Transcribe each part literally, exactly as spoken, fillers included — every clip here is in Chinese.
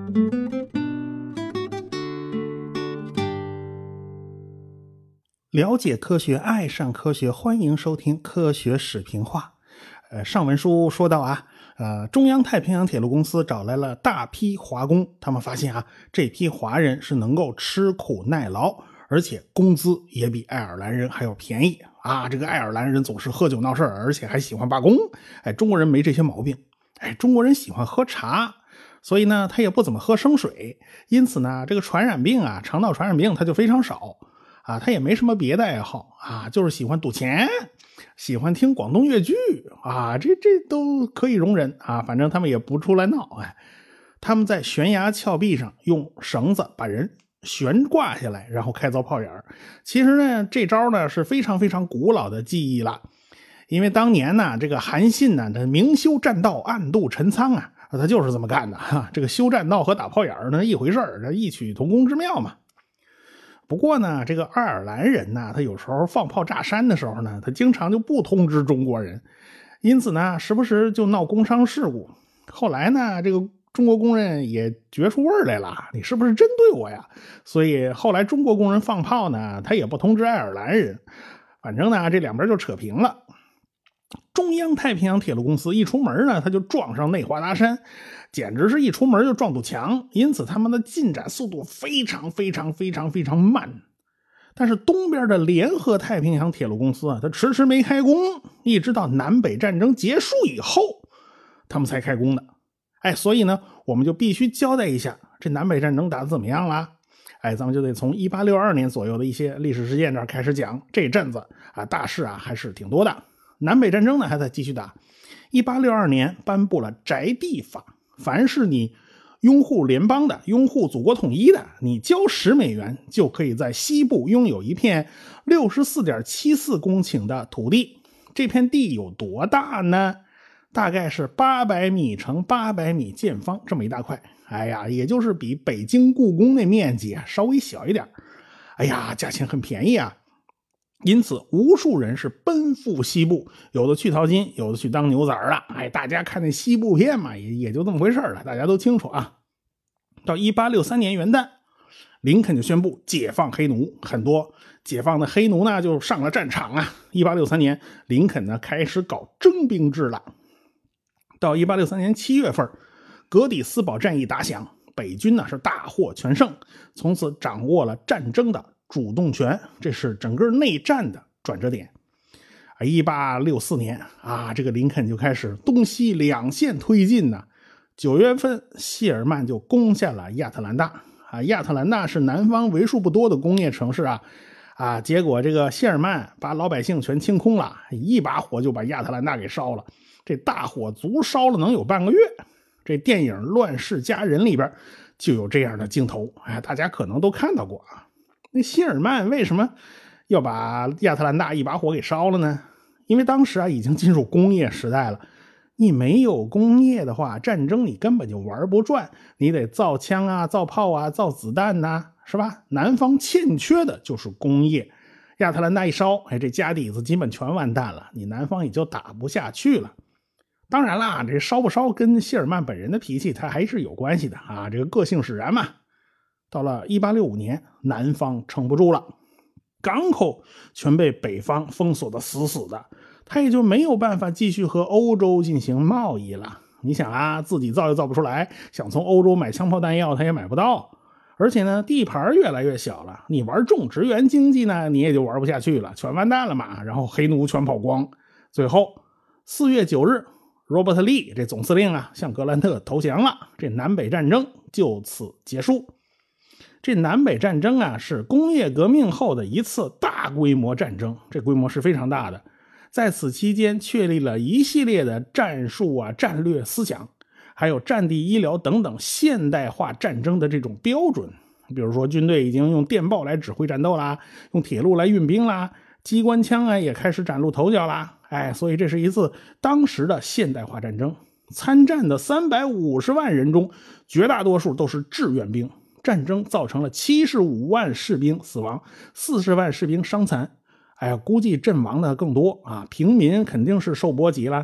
了解科学，爱上科学，欢迎收听科学史评话。呃，上文书说到啊，呃，中央太平洋铁路公司找来了大批华工，他们发现啊，这批华人是能够吃苦耐劳，而且工资也比爱尔兰人还要便宜啊。这个爱尔兰人总是喝酒闹事，而且还喜欢罢工，哎，中国人没这些毛病。哎，中国人喜欢喝茶，所以呢，他也不怎么喝生水，因此呢，这个传染病啊，肠道传染病他就非常少。啊，他也没什么别的爱好啊，就是喜欢赌钱，喜欢听广东粤剧啊，这这都可以容忍啊，反正他们也不出来闹。哎，他们在悬崖峭壁上用绳子把人悬挂下来，然后开凿炮眼。其实呢，这招呢是非常非常古老的技艺了，因为当年呢，这个韩信呢，他明修栈道，暗度陈仓啊，他就是这么干的哈。这个修栈道和打炮眼呢一回事儿，异曲同工之妙嘛。不过呢，这个爱尔兰人呢，他有时候放炮炸山的时候呢，他经常就不通知中国人，因此呢，时不时就闹工伤事故。后来呢，这个中国工人也觉出味儿来了，你是不是针对我呀？所以后来中国工人放炮呢，他也不通知爱尔兰人，反正呢，这两边就扯平了。中央太平洋铁路公司一出门呢，他就撞上内华达山，简直是一出门就撞堵墙，因此他们的进展速度非常非常非常非常慢。但是东边的联合太平洋铁路公司啊，它迟迟没开工，一直到南北战争结束以后，他们才开工的。哎，所以呢，我们就必须交代一下这南北战争打得怎么样啦。哎，咱们就得从一八六二年左右的一些历史事件这儿开始讲。这阵子啊，大事啊还是挺多的。南北战争呢还在继续打。一八六二年颁布了宅地法，凡是你拥护联邦的，拥护祖国统一的，你交十美元就可以在西部拥有一片 六十四点七四公顷的土地。这片地有多大呢？大概是八百米乘八百米见方，这么一大块。哎呀，也就是比北京故宫那面积啊稍微小一点。哎呀，价钱很便宜啊。因此无数人是奔赴西部，有的去淘金，有的去当牛仔了。哎，大家看那西部片嘛，也也就这么回事了，大家都清楚啊。到一八六三年元旦，林肯就宣布解放黑奴，很多解放的黑奴呢就上了战场啊。一八六三年，林肯呢开始搞征兵制了。到一八六三年七月份，格底斯堡战役打响，北军呢是大获全胜，从此掌握了战争的主动权，这是整个内战的转折点。一八六四年啊，这个林肯就开始东西两线推进呢。九月份，谢尔曼就攻下了亚特兰大啊。亚特兰大是南方为数不多的工业城市啊啊，结果这个谢尔曼把老百姓全清空了，一把火就把亚特兰大给烧了。这大火足烧了能有半个月。这电影《乱世佳人》里边就有这样的镜头，哎，大家可能都看到过啊。那谢尔曼为什么要把亚特兰大一把火给烧了呢？因为当时啊已经进入工业时代了，你没有工业的话，战争你根本就玩不转，你得造枪啊、造炮啊、造子弹呐、啊，是吧？南方欠缺的就是工业。亚特兰大一烧，哎，这家底子基本全完蛋了，你南方也就打不下去了。当然啦，这烧不烧跟谢尔曼本人的脾气他还是有关系的啊，这个个性使然嘛。到了一八六五年，南方撑不住了，港口全被北方封锁的死死的，他也就没有办法继续和欧洲进行贸易了。你想啊，自己造也造不出来，想从欧洲买枪炮弹药他也买不到，而且呢地盘越来越小了，你玩种植园经济呢你也就玩不下去了，全完蛋了嘛。然后黑奴全跑光。最后四月九日，罗伯特利这总司令啊向格兰特投降了，这南北战争就此结束。这南北战争啊是工业革命后的一次大规模战争，这规模是非常大的。在此期间确立了一系列的战术啊、战略思想，还有战地医疗等等现代化战争的这种标准。比如说军队已经用电报来指挥战斗啦，用铁路来运兵啦，机关枪啊也开始崭露头角啦。哎，所以这是一次当时的现代化战争。参战的三百五十万人中，绝大多数都是志愿兵。战争造成了七十五万士兵死亡，四十万士兵伤残。哎呀，估计阵亡的更多啊！平民肯定是受波及了。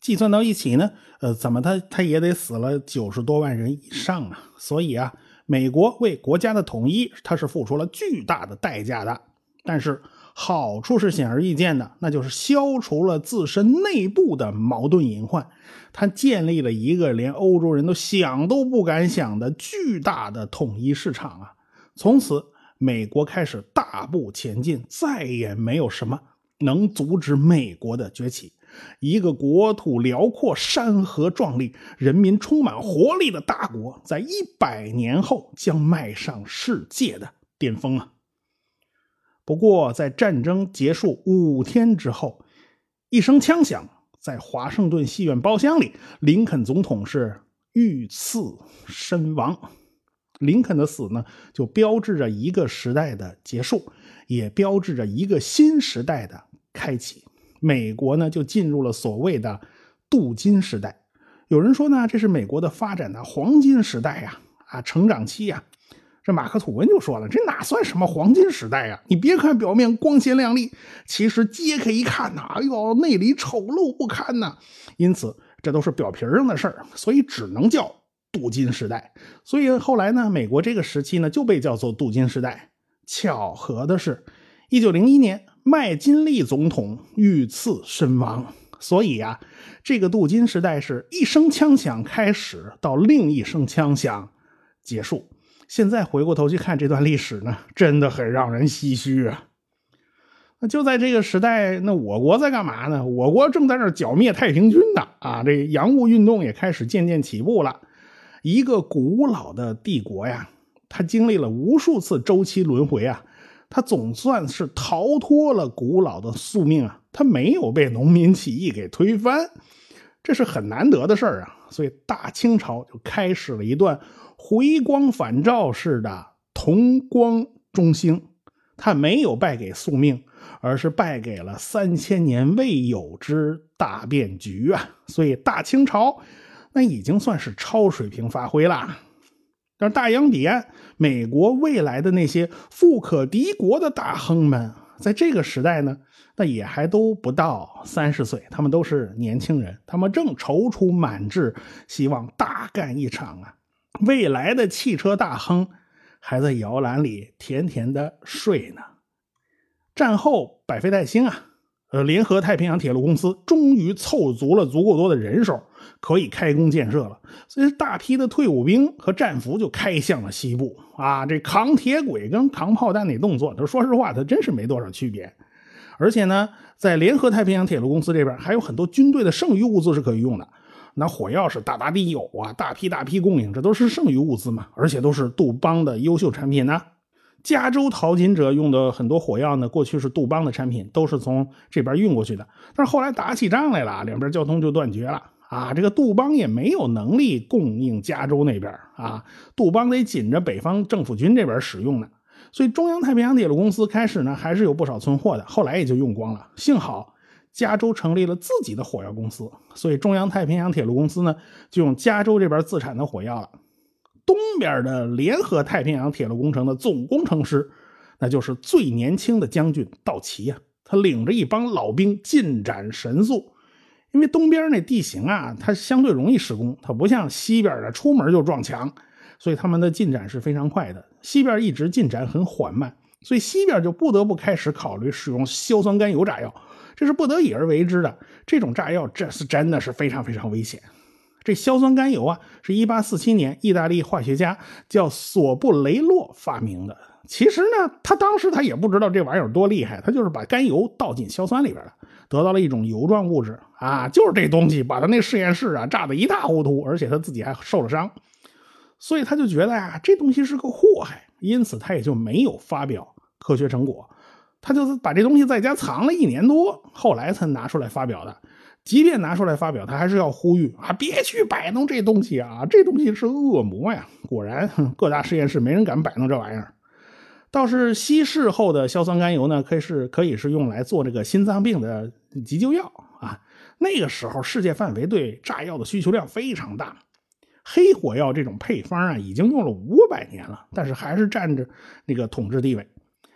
计算到一起呢，呃，怎么他他也得死了九十多万人以上啊。所以啊，美国为国家的统一，他是付出了巨大的代价的。但是好处是显而易见的，那就是消除了自身内部的矛盾隐患，他建立了一个连欧洲人都想都不敢想的巨大的统一市场啊！从此，美国开始大步前进，再也没有什么能阻止美国的崛起。一个国土辽阔、山河壮丽、人民充满活力的大国，在一百年后将迈上世界的巅峰啊！不过，在战争结束五天之后，一声枪响，在华盛顿戏院包厢里，林肯总统是遇刺身亡。林肯的死呢，就标志着一个时代的结束，也标志着一个新时代的开启。美国呢，就进入了所谓的镀金时代。有人说呢，这是美国的发展的黄金时代呀、啊，啊，成长期呀、啊。这马克吐温就说了，这哪算什么黄金时代呀、啊？你别看表面光鲜亮丽，其实揭开一看呐、啊，哎呦，内里丑陋不堪呐、啊。因此，这都是表皮上的事儿，所以只能叫镀金时代。所以后来呢，美国这个时期呢就被叫做镀金时代。巧合的是，一九零一年麦金利总统遇刺身亡。所以啊，这个镀金时代是一声枪响开始，到另一声枪响结束。现在回过头去看这段历史呢，真的很让人唏嘘啊。那就在这个时代，那我国在干嘛呢？我国正在这剿灭太平军呢啊，这洋务运动也开始渐渐起步了。一个古老的帝国呀，它经历了无数次周期轮回啊，它总算是逃脱了古老的宿命啊，它没有被农民起义给推翻，这是很难得的事儿啊。所以大清朝就开始了一段回光返照式的同光中兴，它没有败给宿命，而是败给了三千年未有之大变局啊！所以大清朝那已经算是超水平发挥了。但是大洋彼岸，美国未来的那些富可敌国的大亨们，在这个时代呢，那也还都不到三十岁，他们都是年轻人，他们正踌躇满志，希望大干一场啊！未来的汽车大亨还在摇篮里甜甜的睡呢。战后百废待兴啊，呃，联合太平洋铁路公司终于凑足了足够多的人手，可以开工建设了。所以大批的退伍兵和战俘就开向了西部啊，这扛铁轨跟扛炮弹那动作，说实话，它真是没多少区别。而且呢，在联合太平洋铁路公司这边还有很多军队的剩余物资是可以用的。那火药是大大地有啊，大批大批供应，这都是剩余物资嘛，而且都是杜邦的优秀产品呢。加州淘金者用的很多火药呢，过去是杜邦的产品，都是从这边运过去的。但是后来打起仗来了，两边交通就断绝了啊，这个杜邦也没有能力供应加州那边啊，杜邦得紧着北方政府军这边使用呢。所以中央太平洋铁路公司开始呢还是有不少存货的，后来也就用光了。幸好加州成立了自己的火药公司，所以中央太平洋铁路公司呢就用加州这边自产的火药了。东边的联合太平洋铁路工程的总工程师，那就是最年轻的将军道奇啊，他领着一帮老兵进展神速。因为东边那地形啊，它相对容易施工，它不像西边的出门就撞墙，所以他们的进展是非常快的。西边一直进展很缓慢，所以西边就不得不开始考虑使用硝酸甘油炸药，这是不得已而为之的。这种炸药这是真的是非常非常危险。这硝酸甘油啊，是一八四七年意大利化学家叫索布雷洛发明的。其实呢，他当时他也不知道这玩意儿多厉害，他就是把甘油倒进硝酸里边了，得到了一种油状物质啊，就是这东西把他那实验室啊炸得一塌糊涂，而且他自己还受了伤。所以他就觉得啊，这东西是个祸害，因此他也就没有发表科学成果，他就是把这东西在家藏了一年多，后来才拿出来发表的。即便拿出来发表，他还是要呼吁啊，别去摆弄这东西啊，这东西是恶魔呀。果然各大实验室没人敢摆弄这玩意儿。倒是稀释后的硝酸甘油呢，可以是可以是用来做这个心脏病的急救药啊。那个时候世界范围对炸药的需求量非常大，黑火药这种配方啊，已经用了五百年了，但是还是占着那个统治地位。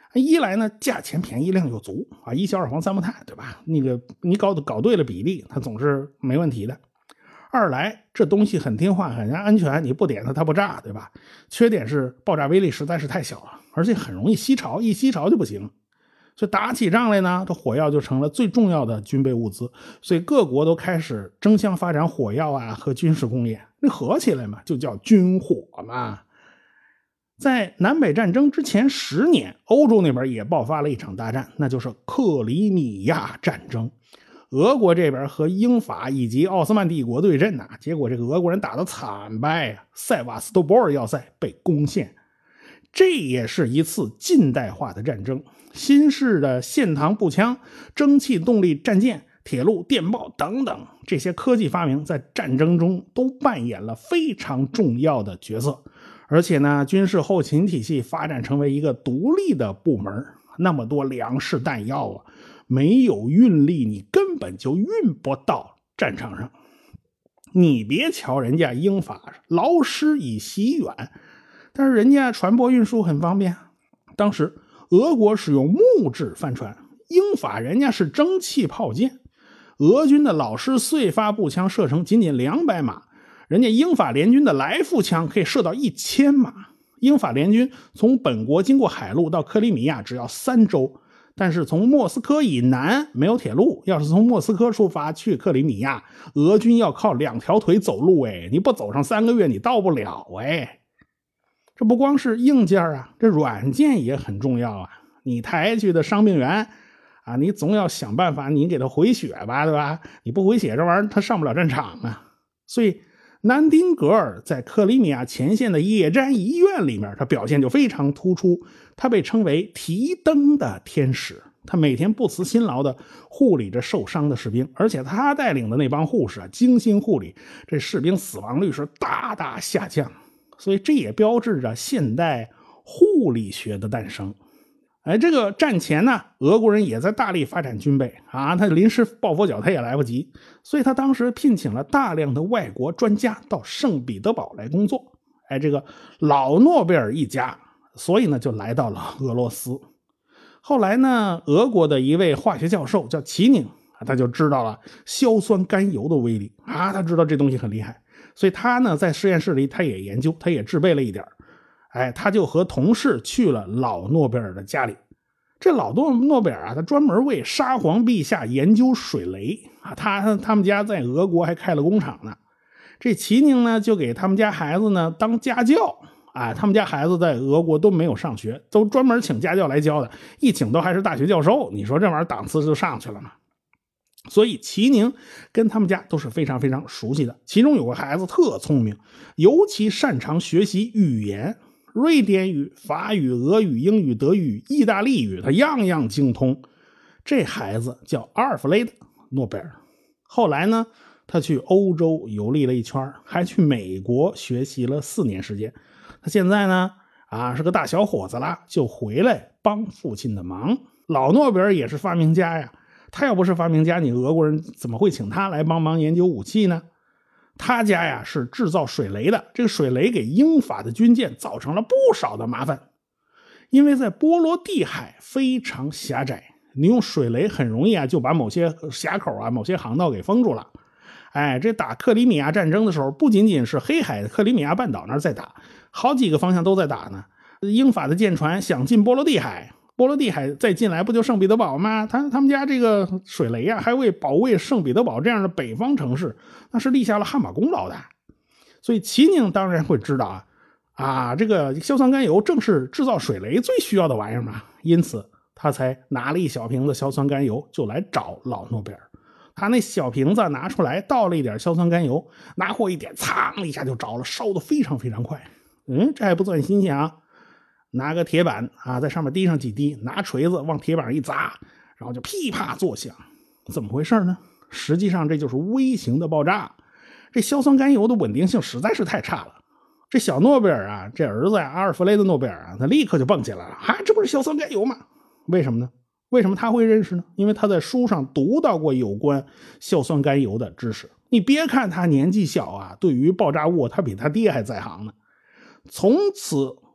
一来呢，价钱便宜量又足啊，一小二黄三不太，对吧？那个你搞搞对了比例，它总是没问题的。二来这东西很听话，很安全，你不点它它不炸，对吧？缺点是爆炸威力实在是太小了，而且很容易吸潮，一吸潮就不行。所以打起仗来呢，这火药就成了最重要的军备物资，所以各国都开始争相发展火药啊和军事工业，那合起来嘛，就叫军火嘛。在南北战争之前十年，欧洲那边也爆发了一场大战，那就是克里米亚战争。俄国这边和英法以及奥斯曼帝国对阵呐、啊，结果这个俄国人打得惨败啊，塞瓦斯托波尔要塞被攻陷。这也是一次近代化的战争，新式的线膛步枪、蒸汽动力战舰、铁路、电报等等这些科技发明在战争中都扮演了非常重要的角色。而且呢，军事后勤体系发展成为一个独立的部门，那么多粮食弹药啊，没有运力你根本就运不到战场上。你别瞧人家英法劳师以袭远，但是人家船舶运输很方便。当时俄国使用木质帆船，英法人家是蒸汽炮舰。俄军的老式碎发步枪射程仅仅两百码，人家英法联军的来复枪可以射到一千码。英法联军从本国经过海路到克里米亚只要三周，但是从莫斯科以南没有铁路，要是从莫斯科出发去克里米亚，俄军要靠两条腿走路，哎，你不走上三个月你到不了哎。这不光是硬件啊，这软件也很重要啊。你抬去的伤病员啊，你总要想办法你给他回血吧，对吧？你不回血这玩意儿他上不了战场啊。所以南丁格尔在克里米亚前线的野战医院里面，他表现就非常突出，他被称为提灯的天使。他每天不辞辛劳的护理着受伤的士兵，而且他带领的那帮护士啊，精心护理，这士兵死亡率是大大下降。所以这也标志着现代护理学的诞生。哎，这个战前呢，俄国人也在大力发展军备啊，他临时抱佛脚他也来不及，所以他当时聘请了大量的外国专家到圣彼得堡来工作。哎，这个老诺贝尔一家，所以呢就来到了俄罗斯。后来呢，俄国的一位化学教授叫齐宁，他就知道了硝酸甘油的威力啊，他知道这东西很厉害，所以他呢在实验室里他也研究，他也制备了一点。哎，他就和同事去了老诺贝尔的家里。这老诺诺贝尔啊，他专门为沙皇陛下研究水雷啊，他他们家在俄国还开了工厂呢。这齐宁呢，就给他们家孩子呢当家教啊，他们家孩子在俄国都没有上学，都专门请家教来教的，一请都还是大学教授，你说这玩意儿档次就上去了嘛。所以齐宁跟他们家都是非常非常熟悉的，其中有个孩子特聪明，尤其擅长学习语言。瑞典语、法语、俄语、英语、德语、意大利语，他样样精通。这孩子叫阿尔弗雷德·诺贝尔。后来呢，他去欧洲游历了一圈，还去美国学习了四年时间。他现在呢，啊，是个大小伙子了，就回来帮父亲的忙。老诺贝尔也是发明家呀，他要不是发明家，你俄国人怎么会请他来帮忙研究武器呢？他家呀是制造水雷的，这个水雷给英法的军舰造成了不少的麻烦，因为在波罗的海非常狭窄，你用水雷很容易啊就把某些峡口啊、某些航道给封住了。哎，这打克里米亚战争的时候，不仅仅是黑海的克里米亚半岛那儿在打，好几个方向都在打呢。英法的舰船想进波罗的海，波罗的海再进来不就圣彼得堡吗？他他们家这个水雷啊，还为保卫圣彼得堡这样的北方城市，那是立下了汗马功劳的。所以齐宁当然会知道啊，啊，这个硝酸甘油正是制造水雷最需要的玩意儿嘛，因此他才拿了一小瓶子硝酸甘油就来找老诺贝尔。他那小瓶子拿出来，倒了一点硝酸甘油，拿火一点，噌一下就着了，烧得非常非常快。嗯，这还不算新鲜啊。拿个铁板啊，在上面滴上几滴，拿锤子往铁板上一砸，然后就噼啪作响。怎么回事呢？实际上这就是微型的爆炸。这硝酸甘油的稳定性实在是太差了。这小诺贝尔啊，这儿子啊，阿尔弗雷德诺贝尔啊，他立刻就蹦起来了啊，这不是硝酸甘油吗？为什么呢？为什么他会认识呢？因为他在书上读到过有关硝酸甘油的知识。你别看他年纪小啊，对于爆炸物他比他爹还在行呢。从此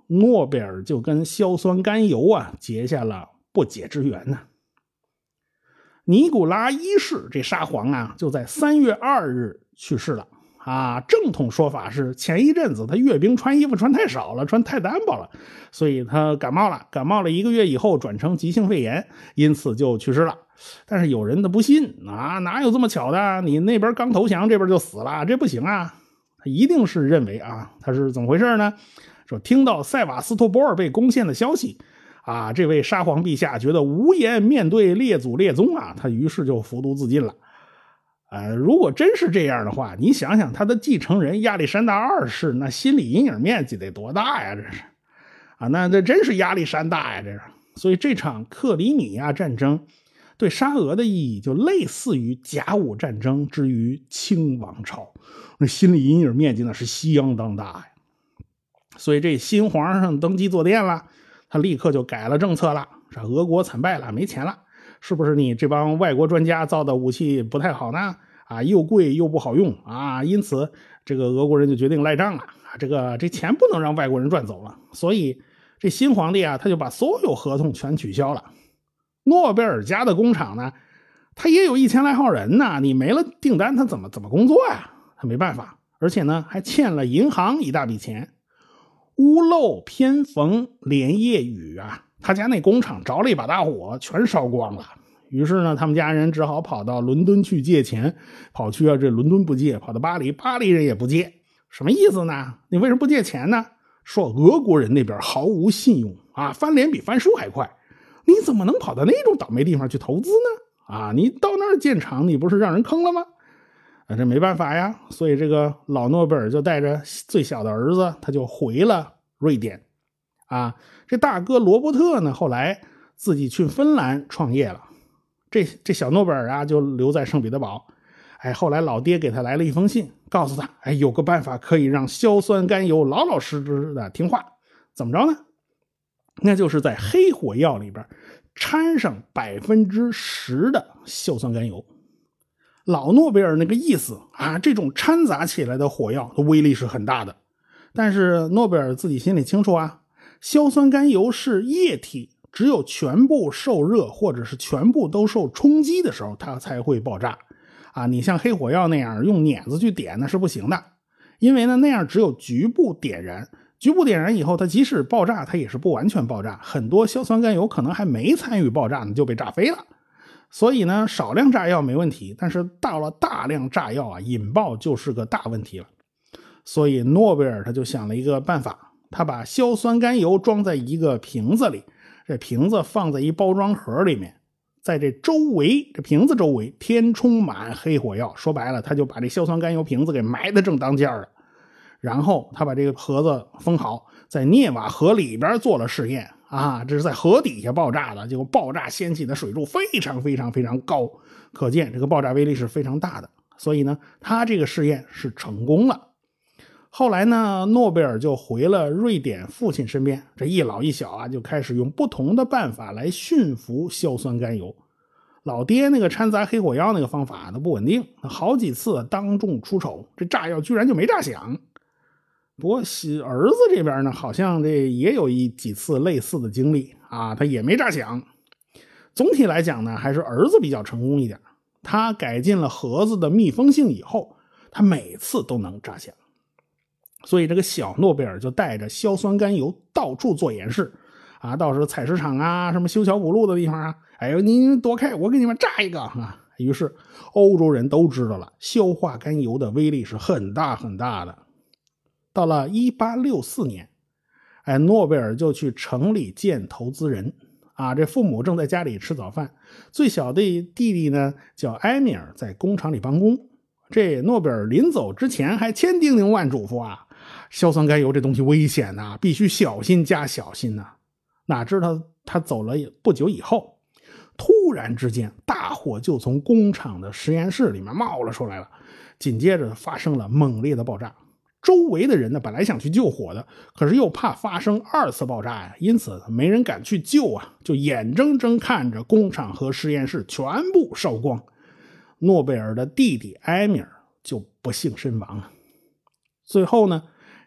诺贝尔就跟硝酸甘油啊结下了不解之缘呢。尼古拉一世这沙皇啊，就在三月二日去世了啊。正统说法是前一阵子他阅兵穿衣服穿太少了，穿太单薄了，所以他感冒了，感冒了一个月以后转成急性肺炎，因此就去世了。但是有人他不信啊，哪有这么巧的？你那边刚投降，这边就死了，这不行啊！他一定是认为啊，他是怎么回事呢？说听到塞瓦斯托波尔被攻陷的消息啊，这位沙皇陛下觉得无颜面对列祖列宗啊，他于是就服毒自尽了。呃，如果真是这样的话，你想想他的继承人亚历山大二世，那心理阴影面积得多大呀？这是啊，那这真是压力山大呀！这是，所以这场克里米亚战争对沙俄的意义就类似于甲午战争之于清王朝，那心理阴影面积那是相当大呀。所以这新皇上登基坐殿了，他立刻就改了政策了，说俄国惨败了，没钱了，是不是你这帮外国专家造的武器不太好呢？啊，又贵又不好用啊，因此这个俄国人就决定赖账了啊，这个这钱不能让外国人赚走了，所以这新皇帝啊，他就把所有合同全取消了。诺贝尔家的工厂呢，他也有一千来号人呢，你没了订单，他怎么怎么工作呀？他没办法，而且呢，还欠了银行一大笔钱。屋漏偏逢连夜雨啊，他家那工厂着了一把大火，全烧光了。于是呢，他们家人只好跑到伦敦去借钱，跑去啊，这伦敦不借，跑到巴黎，巴黎人也不借。什么意思呢？你为什么不借钱呢？说俄国人那边毫无信用啊，翻脸比翻书还快。你怎么能跑到那种倒霉地方去投资呢？啊，你到那儿建厂，你不是让人坑了吗？啊，这没办法呀，所以这个老诺贝尔就带着最小的儿子，他就回了瑞典。啊，这大哥罗伯特呢，后来自己去芬兰创业了。这这小诺贝尔啊，就留在圣彼得堡。哎，后来老爹给他来了一封信，告诉他，哎，有个办法可以让硝酸甘油老老实实的听话。怎么着呢？那就是在黑火药里边掺上百分之十的硝酸甘油。老诺贝尔那个意思啊，这种掺杂起来的火药的威力是很大的。但是诺贝尔自己心里清楚啊，硝酸甘油是液体，只有全部受热或者是全部都受冲击的时候，它才会爆炸。啊，你像黑火药那样用碾子去点那是不行的，因为呢那样只有局部点燃。局部点燃以后，它即使爆炸，它也是不完全爆炸，很多硝酸甘油可能还没参与爆炸呢就被炸飞了。所以呢，少量炸药没问题，但是到了大量炸药啊，引爆就是个大问题了。所以诺贝尔他就想了一个办法，他把硝酸甘油装在一个瓶子里，这瓶子放在一包装盒里面，在这周围，这瓶子周围填充满黑火药。说白了，他就把这硝酸甘油瓶子给埋得正当间了。然后他把这个盒子封好，在涅瓦河里边做了试验啊，这是在河底下爆炸的，结果爆炸掀起的水柱非常非常非常高，可见这个爆炸威力是非常大的。所以呢，他这个试验是成功了。后来呢，诺贝尔就回了瑞典父亲身边，这一老一小啊，就开始用不同的办法来驯服硝酸甘油。老爹那个掺杂黑火药那个方法呢不稳定，好几次当众出丑，这炸药居然就没炸响。不过儿子这边呢，好像这也有一几次类似的经历啊，他也没炸响。总体来讲呢，还是儿子比较成功一点。他改进了盒子的密封性以后，他每次都能炸响。所以这个小诺贝尔就带着硝酸甘油到处做演示啊，到时候采石场啊，什么修桥补路的地方啊，哎呦，您躲开，我给你们炸一个啊！于是欧洲人都知道了，硝化甘油的威力是很大很大的。到了一八六四年，哎，诺贝尔就去城里见投资人啊，这父母正在家里吃早饭，最小的弟弟呢叫埃米尔，在工厂里帮工。这诺贝尔临走之前还千叮咛万嘱咐啊，硝酸甘油这东西危险呐、啊，必须小心加小心呐、啊。哪知道他走了不久以后，突然之间大火就从工厂的实验室里面冒了出来了，紧接着发生了猛烈的爆炸。周围的人呢，本来想去救火的，可是又怕发生二次爆炸呀，因此没人敢去救啊，就眼睁睁看着工厂和实验室全部烧光。诺贝尔的弟弟埃米尔就不幸身亡了。最后呢，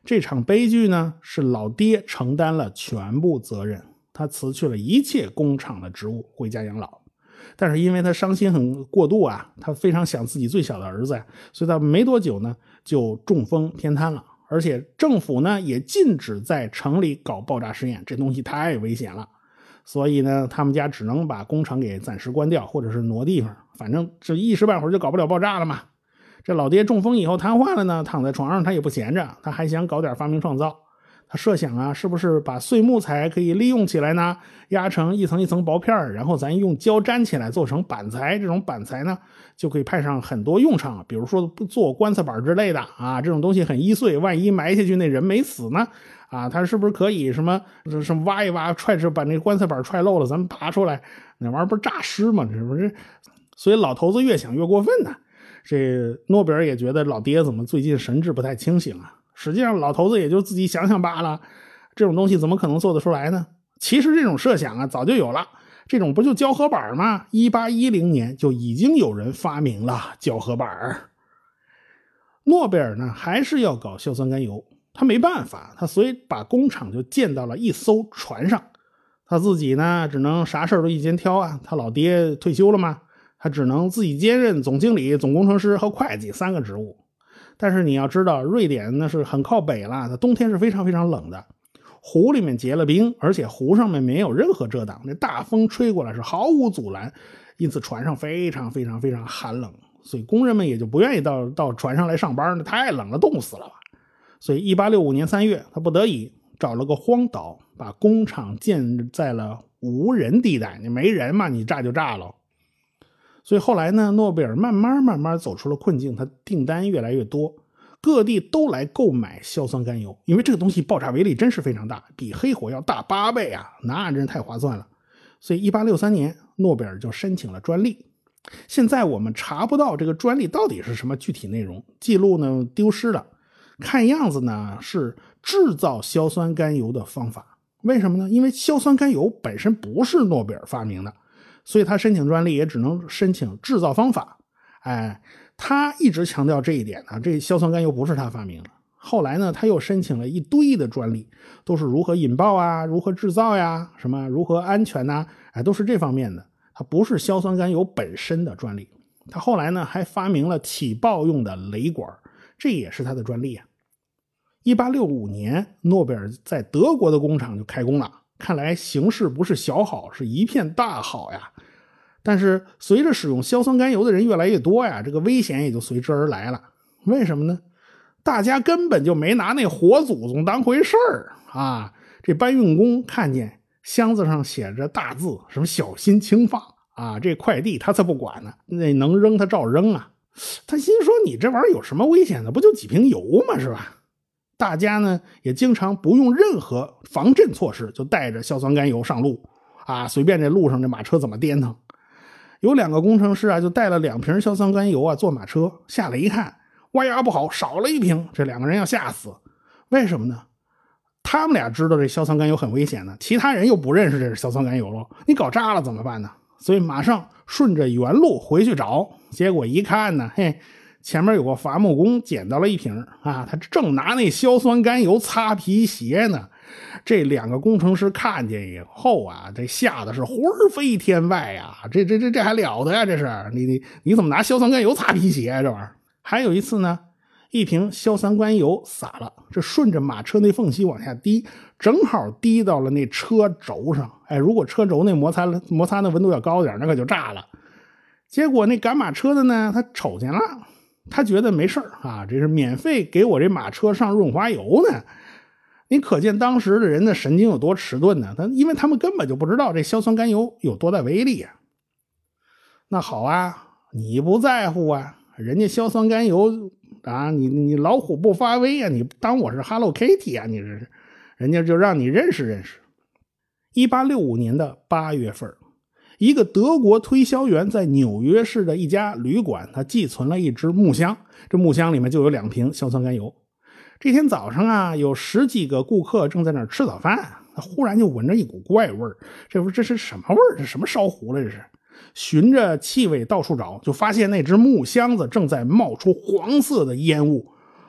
这场悲剧呢，是老爹承担了全部责任，他辞去了一切工厂的职务，回家养老。但是因为他伤心很过度啊，他非常想自己最小的儿子呀，所以他没多久呢就中风偏瘫了。而且政府呢也禁止在城里搞爆炸试验，这东西太危险了。所以呢他们家只能把工厂给暂时关掉，或者是挪地方，反正这一时半会儿就搞不了爆炸了嘛。这老爹中风以后瘫痪了呢，躺在床上他也不闲着，他还想搞点发明创造。他设想啊，是不是把碎木材可以利用起来呢？压成一层一层薄片，然后咱用胶粘起来做成板材，这种板材呢就可以派上很多用场，比如说做棺材板之类的啊，这种东西很易碎，万一埋下去那人没死呢啊，他是不是可以什么什么挖一挖，踹着把那棺材板踹漏了，咱们爬出来，那玩意儿不是诈尸吗？这不是？所以老头子越想越过分呢。这诺贝尔也觉得老爹怎么最近神志不太清醒啊？实际上老头子也就自己想想罢了，这种东西怎么可能做得出来呢？其实这种设想啊早就有了，这种不就胶合板吗？一八一零年就已经有人发明了胶合板。诺贝尔呢还是要搞硝酸甘油，他没办法，他所以把工厂就建到了一艘船上。他自己呢只能啥事都一肩挑啊，他老爹退休了嘛，他只能自己兼任总经理、总工程师和会计三个职务。但是你要知道，瑞典那是很靠北了，它冬天是非常非常冷的，湖里面结了冰，而且湖上面没有任何遮挡，那大风吹过来是毫无阻拦，因此船上非常非常非常寒冷，所以工人们也就不愿意到到船上来上班，那太冷了，冻死了吧。所以一八六五年三月，他不得已找了个荒岛，把工厂建在了无人地带，你没人嘛，你炸就炸了。所以后来呢，诺贝尔慢慢慢慢走出了困境，他订单越来越多，各地都来购买硝酸甘油，因为这个东西爆炸威力真是非常大，比黑火要大八倍啊，那真是太划算了。所以一八六三年，诺贝尔就申请了专利。现在我们查不到这个专利到底是什么具体内容，记录呢丢失了。看样子呢是制造硝酸甘油的方法。为什么呢？因为硝酸甘油本身不是诺贝尔发明的，所以他申请专利也只能申请制造方法。哎，他一直强调这一点呢，这硝酸甘油不是他发明的。后来呢，他又申请了一堆的专利，都是如何引爆啊，如何制造呀，什么如何安全呐、啊，哎，都是这方面的。它不是硝酸甘油本身的专利。他后来呢，还发明了起爆用的雷管，这也是他的专利啊。一八六五年，诺贝尔在德国的工厂就开工了，看来形势不是小好，是一片大好呀。但是随着使用硝酸甘油的人越来越多呀，这个危险也就随之而来了。为什么呢？大家根本就没拿那活祖宗当回事儿啊！这搬运工看见箱子上写着大字，什么小心轻放啊，这快递他才不管呢，那能扔他照扔啊。他心说你这玩意儿有什么危险的，不就几瓶油吗，是吧？大家呢也经常不用任何防震措施，就带着硝酸甘油上路啊，随便这路上这马车怎么颠腾。有两个工程师啊，就带了两瓶硝酸甘油啊坐马车，下来一看，哇呀不好，少了一瓶，这两个人要吓死。为什么呢？他们俩知道这硝酸甘油很危险的，其他人又不认识这是硝酸甘油了，你搞炸了怎么办呢？所以马上顺着原路回去找，结果一看呢，嘿，前面有个伐木工捡到了一瓶啊，他正拿那硝酸甘油擦皮鞋呢。这两个工程师看见以后啊，这吓得是魂飞天外啊！这这这这还了得呀、啊！这是你你你怎么拿硝酸甘油擦皮鞋、啊、这玩意儿？还有一次呢，一瓶硝酸甘油洒了，这顺着马车那缝隙往下滴，正好滴到了那车轴上。哎，如果车轴那摩擦摩擦的温度要高点，那可就炸了。结果那赶马车的呢，他瞅见了，他觉得没事啊，这是免费给我这马车上润滑油呢。你可见当时的人的神经有多迟钝呢？他因为他们根本就不知道这硝酸甘油有多大威力啊。那好啊，你不在乎啊，人家硝酸甘油啊，你你老虎不发威啊，你当我是 Hello Kitty 啊，你这是，人家就让你认识认识。一八六五年的八月份，一个德国推销员在纽约市的一家旅馆，他寄存了一只木箱，这木箱里面就有两瓶硝酸甘油。这天早上啊，有十几个顾客正在那儿吃早饭，他忽然就闻着一股怪味儿，这不这是什么味儿？这什么烧糊了？这是？循着气味到处找，就发现那只木箱子正在冒出黄色的烟雾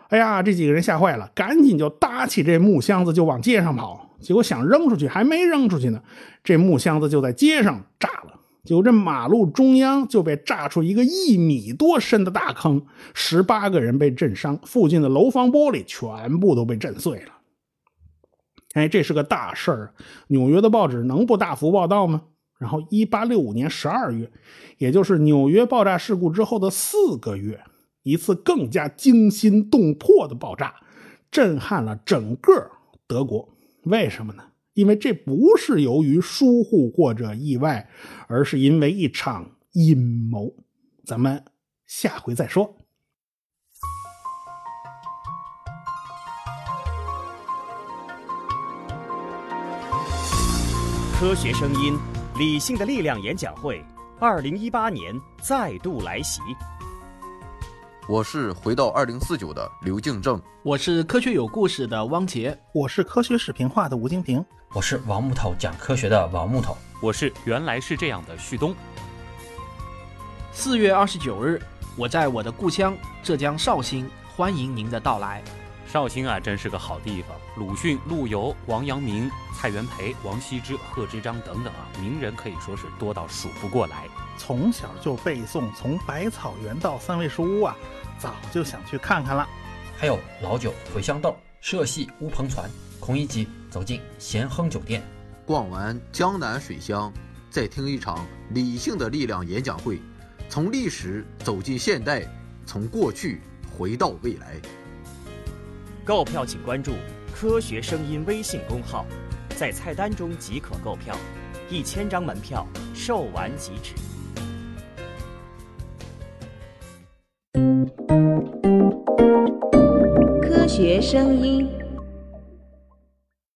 哎呀，这几个人吓坏了，赶紧就搭起这木箱子就往街上跑。结果想扔出去，还没扔出去呢，这木箱子就在街上炸了。结果这马路中央就被炸出一个一米多深的大坑，十八个人被震伤，附近的楼房玻璃全部都被震碎了。哎，这是个大事儿，纽约的报纸能不大幅报道吗？然后一八六五年十二月，也就是纽约爆炸事故之后的四个月，一次更加惊心动魄的爆炸震撼了整个德国。为什么呢？因为这不是由于疏忽或者意外，而是因为一场阴谋。咱们下回再说。 科学声音，理性的力量演讲会，二零一八年再度来袭。 我是回到二零四九的刘敬正， 我是科学有故事的汪杰， 我是科学视频化的吴京平， 我是王木头讲科学的王木头， 我是原来是这样的旭东。 四月二十九日，我在我的故乡浙江绍兴，欢迎您的到来。 绍兴啊，真是个好地方。鲁迅、陆游、王阳明、蔡元培、王羲之、贺知章等等啊，名人可以说是多到数不过来。 从小就背诵从百草园到三味书屋啊，早就想去看看了。 还有老酒、茴香豆、社戏乌篷船，孔乙己走进咸亨酒店， 逛完江南水乡，再听一场理性的力量演讲会，从历史走进现代，从过去回到未来。 购票请关注科学声音微信公号，在菜单中即可购票，一千张门票售完即止。 科学声音。